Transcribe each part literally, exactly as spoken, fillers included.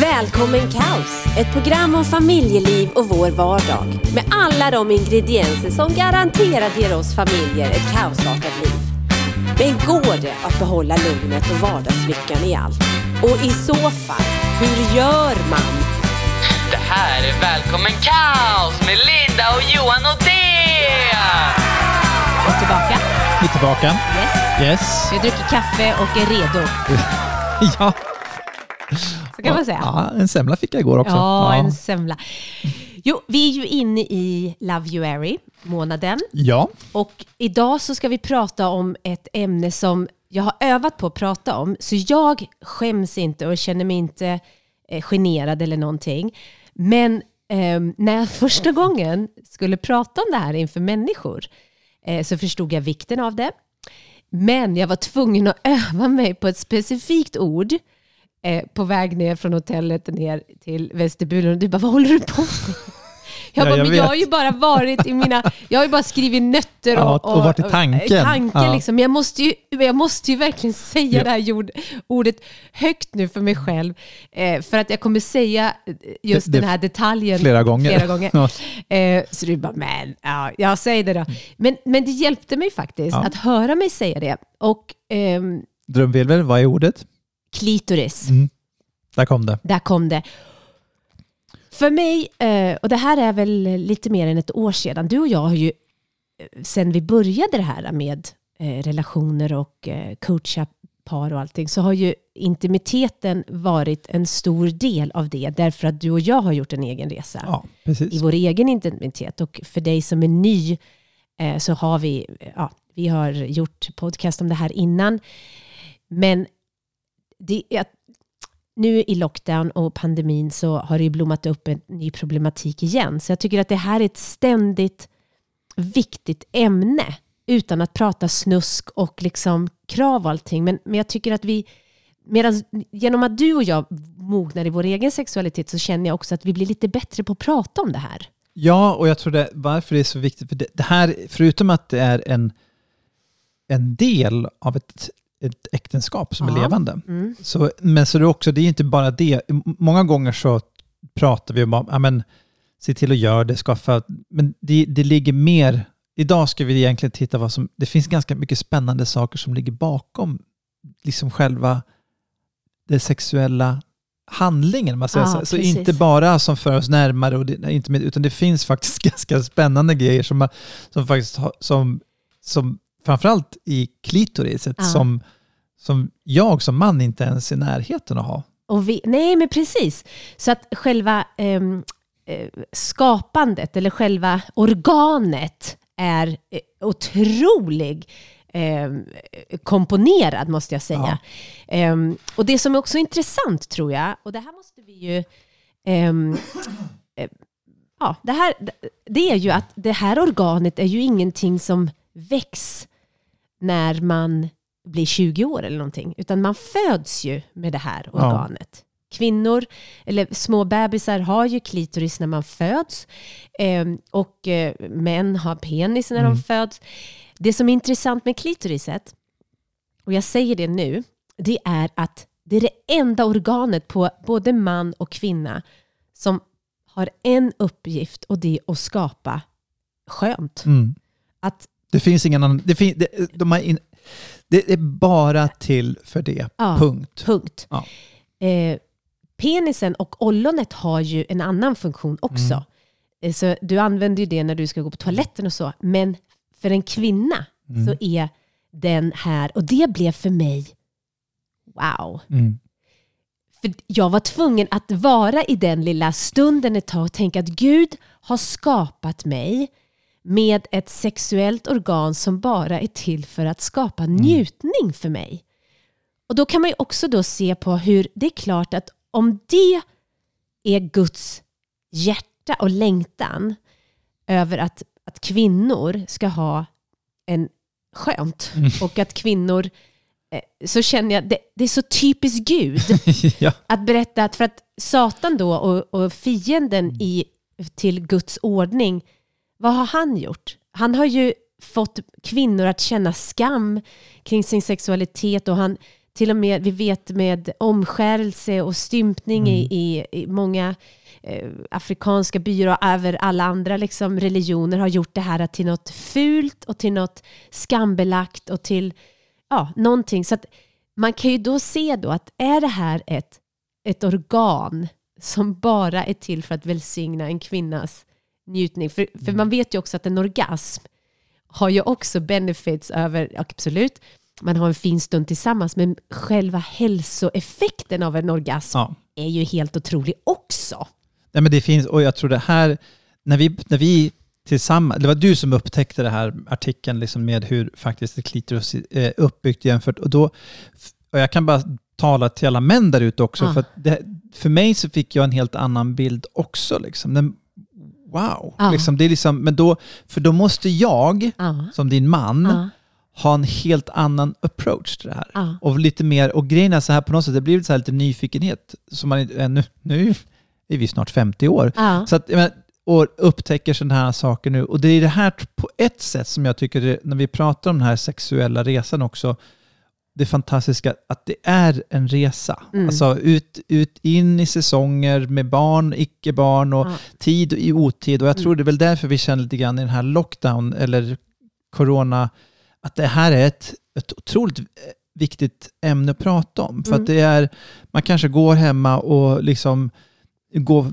Välkommen Kaos, ett program om familjeliv och vår vardag. Med alla de ingredienser som garanterat ger oss familjer ett kaosartat liv. Men går det att behålla lugnet och vardagslyckan i allt? Och i så fall, hur gör man? Det här är Välkommen Kaos med Linda och Johan och Dea! Och tillbaka. Vi är tillbaka. Yes. Yes. Vi dricker kaffe och är redo. Ja. Så kan man säga. Ja, en semla fick jag igår också. Ja, ja, en semla. Jo, vi är ju inne i Lovuary-månaden. Ja. Och idag så ska vi prata om ett ämne som jag har övat på att prata om. Så jag skäms inte och känner mig inte eh, generad eller någonting. Men eh, när jag första gången skulle prata om det här inför människor eh, så förstod jag vikten av det. Men jag var tvungen att öva mig på ett specifikt ord eh, på väg ner från hotellet ner till vestibulen. Och du bara, vad håller du på med? Jag, bara, ja, jag, men jag har ju bara varit i mina... Jag har ju bara skrivit nötter och... Ja, och, och varit i tanken. tanken ja. liksom. Men jag måste ju, jag måste ju verkligen säga ja. det här jord, ordet högt nu för mig själv. Eh, för att jag kommer säga just det, den här detaljen flera gånger. Flera gånger. Ja. Eh, så du bara, men... Ja, jag säger det då. Men, men det hjälpte mig faktiskt ja. att höra mig säga det. Och... Ehm, Drömvirvel, vad är ordet? Klitoris. Mm. Där kom det. Där kom det. För mig, och det här är väl lite mer än ett år sedan, du och jag har ju, sen vi började det här med relationer och coacha par och allting, så har ju intimiteten varit en stor del av det, därför att du och jag har gjort en egen resa ja, precis. i vår egen intimitet. Och för dig som är ny så har vi, ja, vi har gjort podcast om det här innan, men det är nu i lockdown och pandemin så har det ju blommat upp en ny problematik igen. Så jag tycker att det här är ett ständigt viktigt ämne utan att prata snusk och liksom krav och allting. Men, men jag tycker att vi, medan, genom att du och jag mognar i vår egen sexualitet, så känner jag också att vi blir lite bättre på att prata om det här. Ja, och jag tror det, varför det är så viktigt. För det, det här, förutom att det är en, en del av ett ett äktenskap som ja. är levande. Mm. Så, men så det är också, det är inte bara det. Många gånger så pratar vi om, ja men, se till att göra det, skaffa, men det, det ligger mer, idag ska vi egentligen titta vad som, det finns ganska mycket spännande saker som ligger bakom liksom själva det sexuella handlingen, man säger ja, så. Så inte bara som för oss närmare, och det, inte med, utan det finns faktiskt ganska spännande grejer som, som faktiskt har, som, som framförallt i klitoriset ja. som, som jag som man inte ens är i närheten att ha. Och vi, nej, men precis. Så att själva eh, skapandet eller själva organet är eh, otrolig eh, komponerad, måste jag säga. Ja. Eh, och det som är också intressant, tror jag, och det här måste vi ju... Eh, eh, ja, det här, det är ju att det här organet är ju ingenting som väcks när man blir tjugo år eller någonting, utan man föds ju med det här organet. Ja. Kvinnor eller små bebisar har ju klitoris när man föds eh, och eh, män har penis när mm. de föds. Det som är intressant med klitoriset, och jag säger det nu, det är att det är det enda organet på både man och kvinna som har en uppgift, och det är att skapa skönt. Mm. Att Det finns ingen annan... Det, fin, det, de in, det är bara till för det. Ja, punkt. punkt. Ja. Eh, penisen och ollonet har ju en annan funktion också. Mm. Eh, så du använder ju det när du ska gå på toaletten och så. Men för en kvinna mm. så är den här... Och det blev för mig... Wow. Mm. För jag var tvungen att vara i den lilla stunden ett tag och tänka att Gud har skapat mig med ett sexuellt organ som bara är till för att skapa mm. njutning för mig. Och då kan man ju också då se på hur det är klart att om det är Guds hjärta och längtan över att, att kvinnor ska ha en skönt mm. och att kvinnor, så känner jag det, det är så typiskt Gud ja. att berätta att för att Satan då och, och fienden mm. i, till Guds ordning, vad har han gjort? Han har ju fått kvinnor att känna skam kring sin sexualitet, och han till och med, vi vet med omskärelse och stympning mm. i, i, i många eh, afrikanska byar och över alla andra liksom, religioner har gjort det här till något fult och till något skambelagt och till ja, någonting. Så att man kan ju då se då att är det här ett, ett organ som bara är till för att välsigna en kvinnas njutning. För, för mm. man vet ju också att en orgasm har ju också benefits över, absolut, man har en fin stund tillsammans, men själva hälsoeffekten av en orgasm ja. är ju helt otrolig också. Nej, men det finns, och jag tror det här, när vi, när vi tillsammans, det var du som upptäckte det här artikeln liksom med hur faktiskt ett klitoris är uppbyggt jämfört, och då, och jag kan bara tala till alla män där ute också, ja. för, att det, för mig så fick jag en helt annan bild också liksom. Den, wow, ja. liksom, det är liksom, men då, för då måste jag, ja. som din man, ja. ha en helt annan approach till det här. Ja. Och lite mer, och grejen är så här på något sätt, det blir så här lite nyfikenhet, som man, nu, nu är vi snart femtio år, ja. så att, jag menar, och upptäcker sådana här saker nu. Och det är det här på ett sätt som jag tycker, det, när vi pratar om den här sexuella resan också, det fantastiska att det är en resa. Mm. Alltså ut, ut in i säsonger med barn, icke-barn och ja. tid i otid. Och jag tror det är väl därför vi känner lite grann i den här lockdown eller corona, att det här är ett, ett otroligt viktigt ämne att prata om. För mm. att det är, man kanske går hemma och liksom går,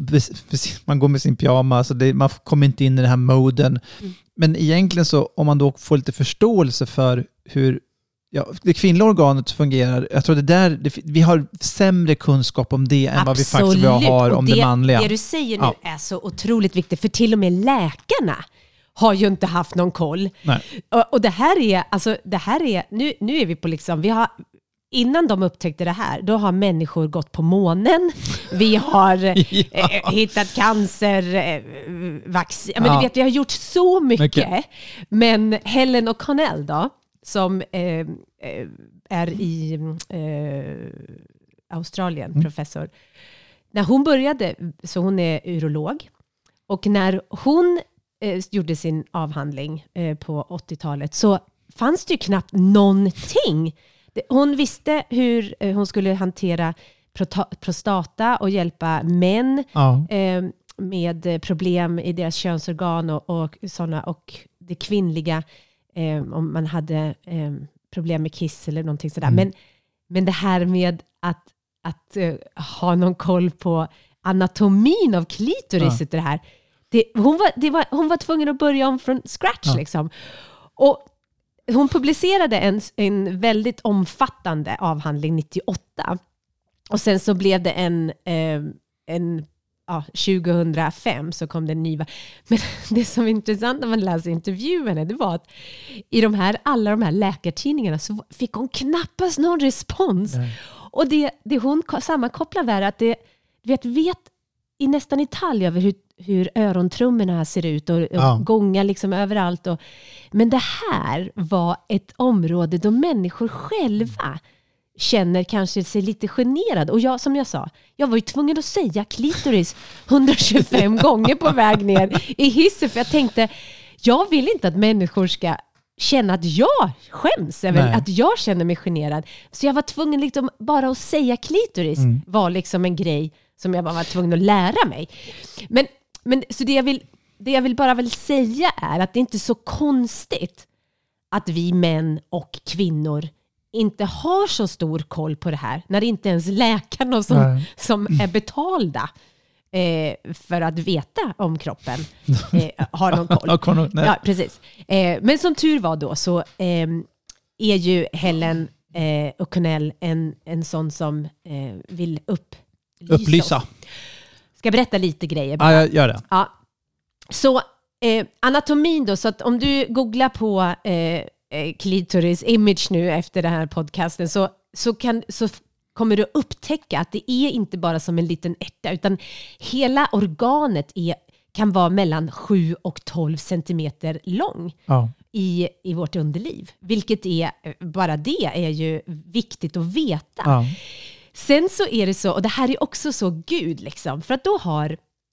man går med sin pyjamas och det, man kommer inte in i den här moden. Mm. Men egentligen så, om man då får lite förståelse för hur ja, det kvinnliga organet fungerar, jag tror det där, det, vi har sämre kunskap om det än Absolut. vad vi faktiskt har om det, det manliga. Det du säger nu ja. är så otroligt viktigt, för till och med läkarna har ju inte haft någon koll. Nej. Och, och det här är, alltså det här är, nu, nu är vi på liksom, vi har, innan de upptäckte det här, då har människor gått på månen. Vi har ja. eh, hittat cancer, eh, vaccin. Men ja. du vet, vi har gjort så mycket. mycket. Men Helen O'Connell då, som eh, är i eh, Australien, mm. professor. När hon började, så hon är urolog, och när hon eh, gjorde sin avhandling eh, på åttiotalet så fanns det ju knappt någonting. Hon visste hur eh, hon skulle hantera prota- prostata och hjälpa män ja. eh, med problem i deras könsorgan och, och sådana, och det kvinnliga Eh, om man hade eh, problem med kiss eller någonting sådär. Mm. Men, men det här med att, att uh, ha någon koll på anatomin av klitoriset, ja. det här, det, hon, var, det var, hon var tvungen att börja om från scratch. Ja. Liksom. Och hon publicerade en, en väldigt omfattande avhandling nittioåtta. Och sen så blev det en, eh, en ja, tjugohundrafem så kom det en ny. Men det som är intressant när man läser intervjuerna, det var att i de här, alla de här läkartidningarna så fick hon knappast någon respons. Nej. Och det, det hon sammankopplar är att det, vet, vet i nästan i detalj över hur, hur örontrummorna ser ut och, och ja. gångar liksom överallt. Och, men det här var ett område då människor själva känner kanske sig lite generad. Och jag, som jag sa, jag var ju tvungen att säga klitoris hundratjugofem gånger på väg ner i hissen, för jag tänkte, jag vill inte att människor ska känna att jag skäms över Nej. att jag känner mig generad. Så jag var tvungen liksom bara att säga klitoris mm. var liksom en grej som jag bara var tvungen att lära mig. Men, men så det jag, vill, det jag vill bara väl säga är att det inte är så konstigt att vi män och kvinnor inte har så stor koll på det här, när det inte ens läkarna som, som är betalda eh, för att veta om kroppen eh, har någon koll. Ja, precis. Eh, men som tur var då så eh, är ju Helen eh, O'Connell en, en sån som eh, vill upplysa. upplysa. Ska jag berätta lite grejer bara? Ja, jag gör det. Ja. Så eh, anatomin då, så att om du googlar på eh, klitoris image nu efter den här podcasten, så, så, kan, så kommer du upptäcka att det är inte bara som en liten ärta, utan hela organet är, kan vara mellan sju och tolv centimeter lång ja. i, i vårt underliv. Vilket är, bara det är ju viktigt att veta. Ja. Sen så är det så, och det här är också så Gud liksom, för att då har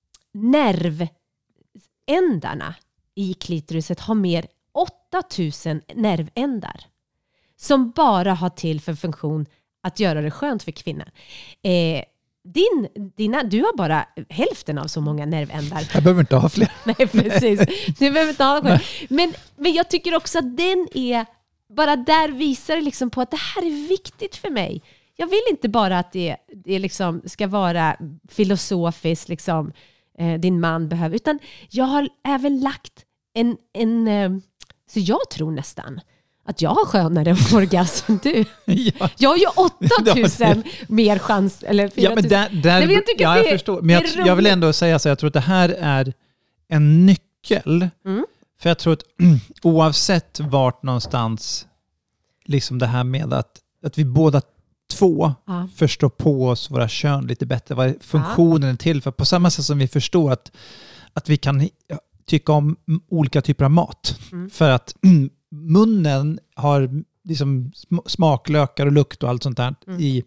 nervändarna i klitoriset har mer åtta tusen nervändar som bara har till för funktion att göra det skönt för kvinnan. Eh, din, dina, du har bara hälften av så många nervändar. Jag behöver inte ha fler. Nej, precis. Du behöver inte ha det. Men, men jag tycker också att den är, bara där visar det liksom på att det här är viktigt för mig. Jag vill inte bara att det, det liksom ska vara filosofiskt, liksom, eh, din man behöver, utan jag har även lagt en, en eh, så jag tror nästan att jag har skönare orgasm än du. Ja. Jag har ju åtta tusen mer chans. Eller fyra tusen. Ja, men där, där, Nej, men jag, ja, jag det, förstår. Men jag, jag vill ändå säga så, jag tror att det här är en nyckel. Mm. För jag tror att oavsett vart någonstans liksom det här med att, att vi båda två ja. förstår på oss våra kön lite bättre, vad funktionen ja. är till för. På samma sätt som vi förstår att, att vi kan tycka om olika typer av mat. Mm. För att mm, munnen har liksom smaklökar och lukt och allt sånt där mm. i.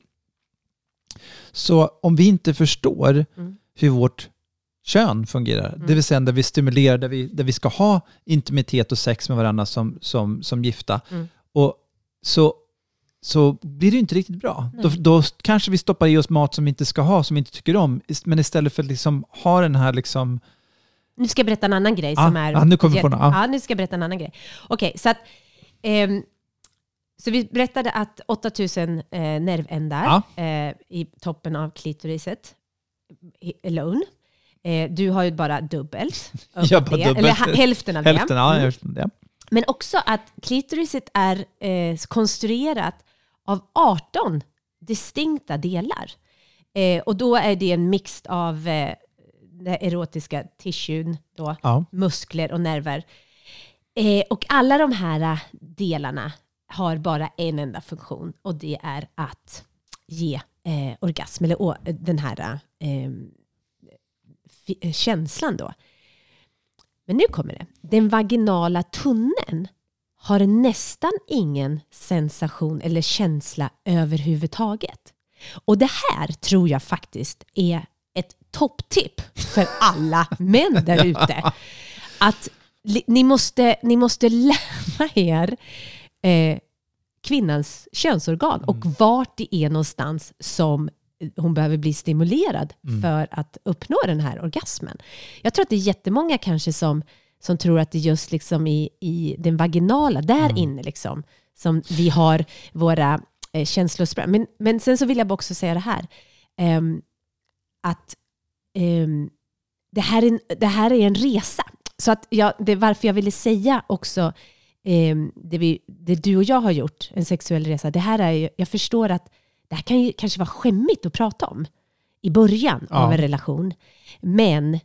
Så om vi inte förstår mm. hur vårt kön fungerar, mm. det vill säga där vi stimulerar, där vi, där vi ska ha intimitet och sex med varandra som, som, som gifta, mm. och så, så blir det inte riktigt bra. Då, då kanske vi stoppar i oss mat som vi inte ska ha, som vi inte tycker om, men istället för att liksom ha den här liksom... Nu ska jag berätta en annan grej ah, som är... Ah, nu kommer vi på något. Ah. Ja, nu ska jag berätta en annan grej. Okej, okay, så att... Um, så vi berättade att åtta tusen eh, nervändar ah. eh, i toppen av klitoriset alone. Eh, du har ju bara dubbelt. Jag bara dubbelt. Eller ha, hälften av hälften, det. Ja, hälften, ja. Men också att klitoriset är eh, konstruerat av arton distinkta delar. Eh, och då är det en mix av eh, den erotiska tissuen, då, ja. muskler och nerver. Eh, och alla de här delarna har bara en enda funktion, och det är att ge eh, orgasm, eller å, den här eh, f- känslan då. Men nu kommer det. Den vaginala tunneln har nästan ingen sensation eller känsla överhuvudtaget. Och det här tror jag faktiskt är ett topptipp för alla män där ute. Att ni måste, ni måste lära er eh, kvinnans könsorgan och mm. vart det är någonstans som hon behöver bli stimulerad mm. för att uppnå den här orgasmen. Jag tror att det är jättemånga kanske som, som tror att det är just liksom i, i den vaginala, där mm. inne liksom, som vi har våra eh, känslor. Men, men sen så vill jag också säga det här. Eh, att eh, det, här är en, det här är en resa. Så att jag, det är varför jag ville säga också eh, det, vi, det du och jag har gjort, en sexuell resa. Det här är ju, jag förstår att det här kan ju kanske vara skämmigt att prata om i början ja. av en relation. Men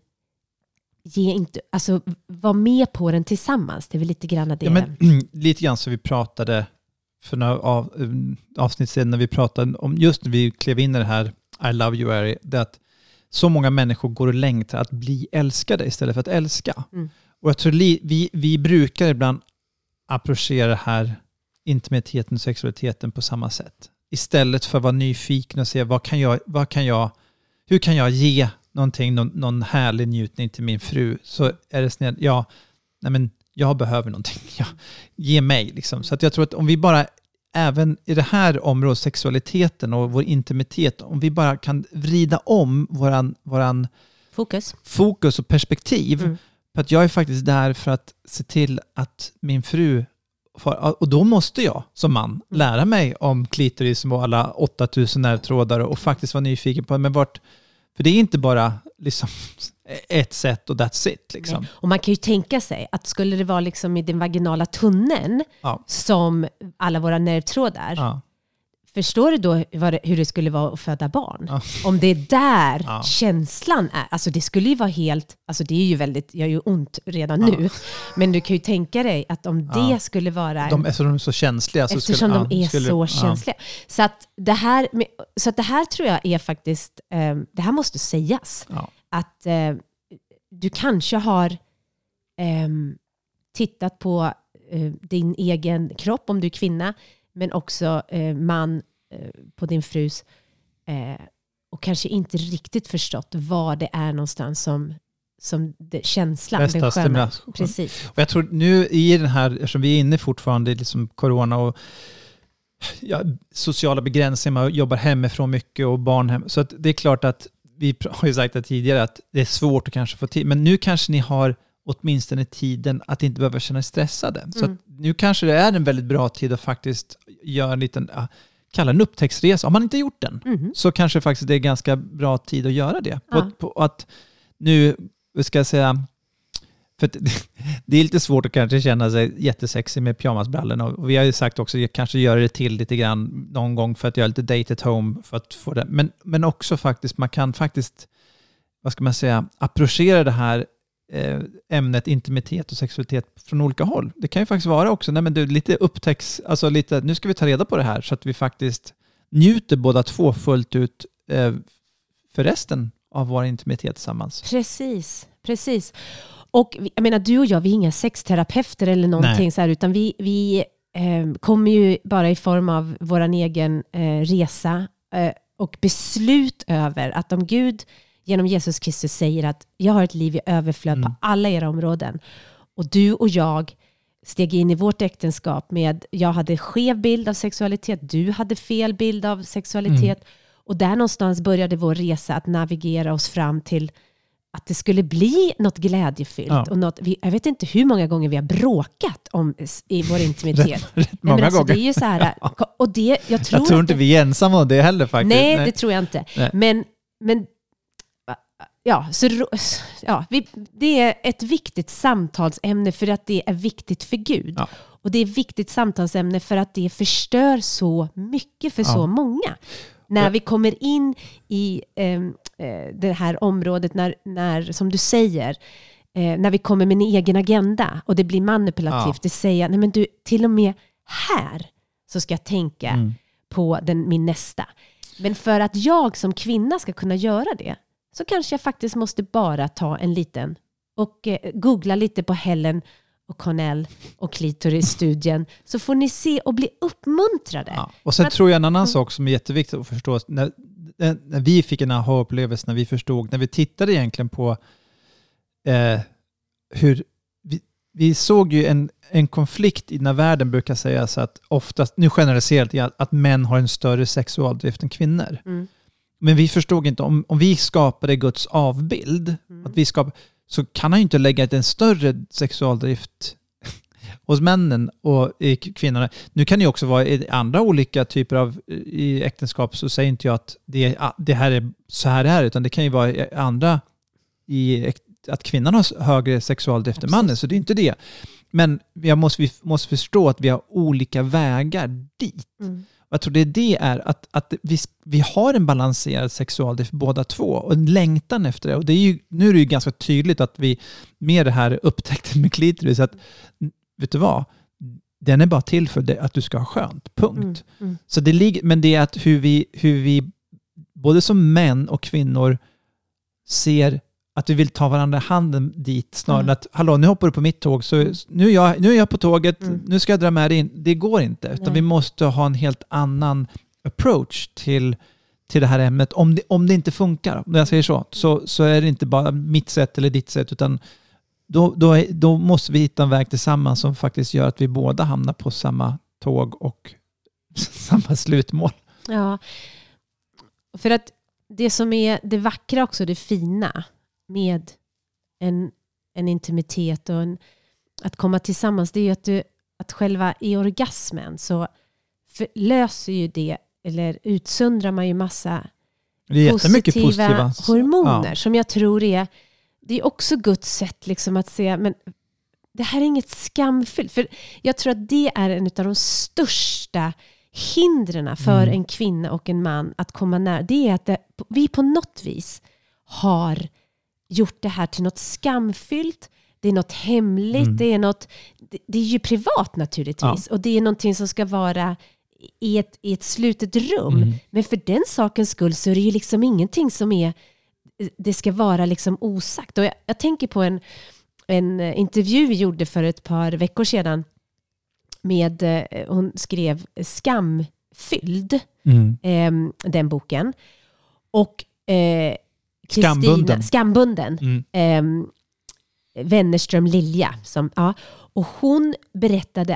ge inte, alltså, var med på den tillsammans. Det är väl lite grann det. Ja, men, lite grann så vi pratade för några av, avsnitt sedan när vi pratade om, just när vi klev in i det här I love you Ari, det att så många människor går och längtar att bli älskade istället för att älska. Mm. Och jag tror li, vi, vi brukar ibland approchera det här intimiteten och sexualiteten på samma sätt. Istället för att vara nyfiken och se vad kan jag, vad kan jag, hur kan jag ge någonting, någon, någon härlig njutning till min fru, så är det snällt, ja, nej men jag behöver någonting, ja, ge mig liksom. Så att jag tror att om vi bara, även i det här området, sexualiteten och vår intimitet, om vi bara kan vrida om våran, våran fokus. fokus och perspektiv, mm. på att jag är faktiskt där för att se till att min fru, och då måste jag som man lära mig om klitoris och alla åtta tusen nervtrådar och faktiskt vara nyfiken på, men vart, för det är inte bara liksom ett sätt och that's it. Liksom. Och man kan ju tänka sig att skulle det vara liksom i den vaginala tunneln ja. som alla våra nervtrådar, ja. förstår du då vad det, hur det skulle vara att föda barn? Ja. Om det är där ja. känslan är. Alltså det skulle ju vara helt, alltså det är ju väldigt, jag gör ju ont redan ja. nu. Men du kan ju tänka dig att om det ja. skulle vara... De, eftersom de är så känsliga. Så eftersom skulle, de är ja, skulle, så känsliga. Ja. Så, att det här, så att det här tror jag är faktiskt, eh, det här måste sägas. Ja. Att eh, du kanske har eh, tittat på eh, din egen kropp om du är kvinna, men också eh, man eh, på din frus eh, och kanske inte riktigt förstått vad det är någonstans som, som det, känslan, bästa den sköna. Precis. Och jag tror nu i den här, eftersom vi är inne fortfarande i liksom corona och ja, sociala begränsningar, man jobbar hemifrån mycket och barn hem. Så att det är klart att vi har ju sagt det tidigare att det är svårt att kanske få tid. Men nu kanske ni har åtminstone tiden att inte behöva känna er stressade. Mm. Så att nu kanske det är en väldigt bra tid att faktiskt göra en liten, kalla en upptäcktsresa. Om man inte gjort den mm. så kanske faktiskt det är ganska bra tid att göra det. Ja. På, på att nu, ska jag säga, för att det är lite svårt att kanske känna sig jättesexig med pyjamasbrallorna. Och vi har ju sagt också att jag kanske gör det till lite grann någon gång för att göra lite date at home för att få det. Men, men också faktiskt, man kan faktiskt, vad ska man säga, approchera det här eh, ämnet intimitet och sexualitet från olika håll. Det kan ju faktiskt vara också, nej men du, lite upptäcks, alltså lite, nu ska vi ta reda på det här så att vi faktiskt njuter båda två fullt ut eh, för resten av vår intimitet tillsammans. Precis, precis. Och jag menar, du och jag, vi är inga sexterapeuter eller någonting så här, utan vi, vi eh, kommer ju bara i form av våran egen eh, resa eh, och beslut över att om Gud genom Jesus Kristus säger att jag har ett liv i överflöd mm. på alla era områden och du och jag steg in i vårt äktenskap med, jag hade skev bild av sexualitet, du hade fel bild av sexualitet mm. och där någonstans började vår resa att navigera oss fram till att det skulle bli något glädjefyllt. Ja. Och något, vi, jag vet inte hur många gånger vi har bråkat om i vår intimitet. Rätt, rätt många alltså, gånger. Det är ju så här, och det, jag tror, jag tror inte det, vi är ensamma om det heller faktiskt. Nej, nej. Det tror jag inte. Nej. Men, men ja, så, ja vi, det är ett viktigt samtalsämne för att det är viktigt för Gud. Ja. Och det är ett viktigt samtalsämne för att det förstör så mycket för ja. så många. När vi kommer in i eh, det här området, när, när som du säger, eh, när vi kommer med en egen agenda och det blir manipulativt, ja. det säger nej men du, till och med här så ska jag tänka mm. på den, min nästa. Men för att jag som kvinna ska kunna göra det så kanske jag faktiskt måste bara ta en liten och eh, googla lite på Helen och Cornell och klitoris-studien så får ni se och bli uppmuntrade. Ja. Och sen att, tror jag en annan mm. sak som är jätteviktigt att förstå. När, när vi fick en aha-upplevelse, när vi förstod, när vi tittade egentligen på eh, hur vi, vi såg ju en, en konflikt i när världen brukar säga så att oftast, nu generaliserat, att, att män har en större sexualdrift än kvinnor. Mm. Men vi förstod inte, om, om vi skapade Guds avbild, mm. att vi skapade, så kan han ju inte lägga en större sexualdrift hos männen och i kvinnorna. Nu kan det ju också vara i andra olika typer av i äktenskap, så säger inte jag att det, det här är så här det är, utan det kan ju vara i andra i att kvinnan har högre sexualdrift än mannen, så det är inte det. Men jag måste, vi måste förstå att vi har olika vägar dit. Mm. Jag tror det det är att, att vi, vi har en balanserad sexualdrift båda två och en längtan efter det. Och det är ju, nu är det ju ganska tydligt att vi med det här upptäckte med klitoris att, vet du vad, den är bara till för det, att du ska ha skönt, punkt. Mm, mm. Så det ligger, men det är att hur vi, hur vi både som män och kvinnor ser att vi vill ta varandra handen dit snarare mm. än att, hallå, nu hoppar du på mitt tåg, så nu är jag, nu är jag på tåget, mm. nu ska jag dra med dig in. Det går inte, utan Nej. vi måste ha en helt annan approach till, till det här ämnet. Om det, om det inte funkar, om jag säger så, så, så är det inte bara mitt sätt eller ditt sätt, utan då, då, är, då måste vi hitta en väg tillsammans som faktiskt gör att vi båda hamnar på samma tåg och samma slutmål. Ja, för att det som är det vackra också, det fina med en, en intimitet och en, att komma tillsammans, det är ju att, du, att själva i orgasmen så löser ju det, eller utsöndrar man ju massa det är positiva, positiva hormoner ja. som jag tror är, det är också Guds sätt liksom att säga, men det här är inget skamfyllt, för jag tror att det är en av de största hindren för mm. en kvinna och en man att komma nära, det är att det, vi på något vis har gjort det här till något skamfyllt, det är något hemligt, mm. det är något, det, det är ju privat naturligtvis, ja. och det är någonting som ska vara i ett, i ett slutet rum, mm. men för den sakens skull så är det ju liksom ingenting som är, det ska vara liksom osagt. Och jag, jag tänker på en, en intervju vi gjorde för ett par veckor sedan med, hon skrev Skamfylld, mm. eh, den boken, och eh, Kristina, Skambunden. Skambunden. Mm. Eh, Wennerström Lilja. Som, ja, och hon berättade att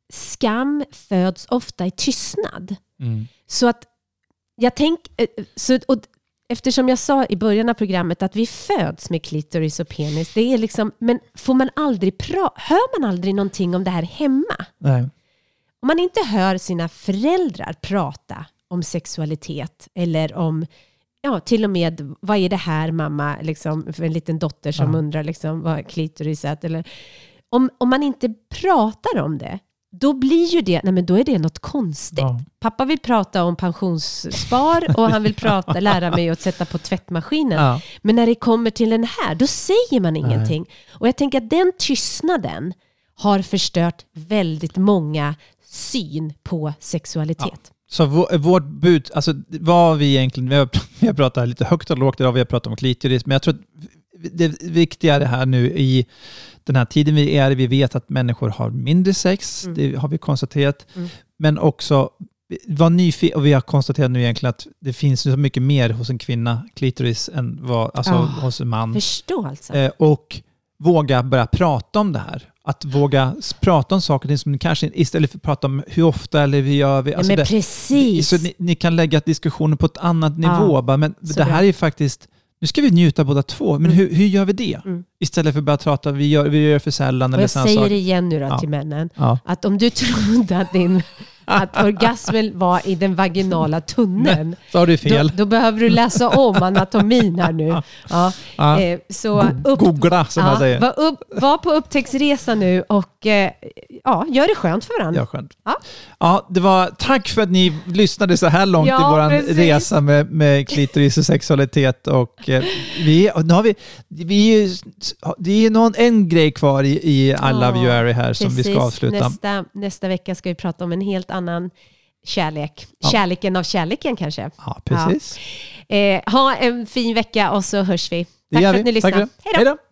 skam föds ofta i tystnad. Mm. Så att jag tänker, så, och eftersom jag sa i början av programmet att vi föds med klitoris och penis, det är liksom, men får man aldrig pra- hör man aldrig någonting om det här hemma? Nej. Om man inte hör sina föräldrar prata om sexualitet eller om, ja, till och med, vad är det här mamma, liksom, för en liten dotter som Ja. undrar liksom, vad klitoris är, eller om, om man inte pratar om det, då blir ju det, nej men då är det något konstigt. Ja. Pappa vill prata om pensionsspar och han vill prata, lära mig att sätta på tvättmaskinen. Ja. Men när det kommer till den här, då säger man ingenting. Och jag tänker att den tystnaden har förstört väldigt många syn på sexualitet. Ja. Så vår, vårt bud, alltså vad vi egentligen, vi har, vi har pratat lite högt och lågt idag, vi har pratat om klitoris, men jag tror att det viktiga här nu i den här tiden vi är, vi vet att människor har mindre sex, mm. det har vi konstaterat, mm. men också var nyfiken, och vi har konstaterat nu egentligen att det finns så mycket mer hos en kvinna, klitoris, än vad, alltså oh, hos en man. Förstå alltså. Eh, och våga börja prata om det här. Att våga prata om saker som ni kanske, istället för att prata om hur ofta eller hur gör vi. Alltså ja, men det, precis. Så ni, ni kan lägga diskussionen på ett annat nivå. Ja, bara, men det här bra. Är faktiskt, nu ska vi njuta båda två, men mm. hur, hur gör vi det? Mm. Istället för att bara prata, vi gör, vi gör för sällan. Och eller jag säger saker. Det igen nu då ja. till männen. Ja. Att om du trodde att din... att orgasmen var i den vaginala tunneln. Nej, så har du fel. Då, då behöver du läsa om anatomin här nu. Ja. Ja. Eh, så upp, Googla, som ja, man säger. Var, upp, var på upptäcktsresa nu och eh, ja, gör det skönt för varandra. Ja, skönt. Ja. Ja, det var, tack för att ni lyssnade så här långt ja, i vår precis. resa med, med klitoris och sexualitet. Och, eh, vi, nu har vi, vi, det är någon, en grej kvar i, i I ja, Love You Ari här precis. som vi ska avsluta. Nästa, nästa vecka ska vi prata om en helt annan kärlek. Ja. Kärleken av kärleken kanske. Ja, precis. Ja. Eh, ha en fin vecka och så hörs vi. Det Tack för vi. att ni lyssnade. Hej då.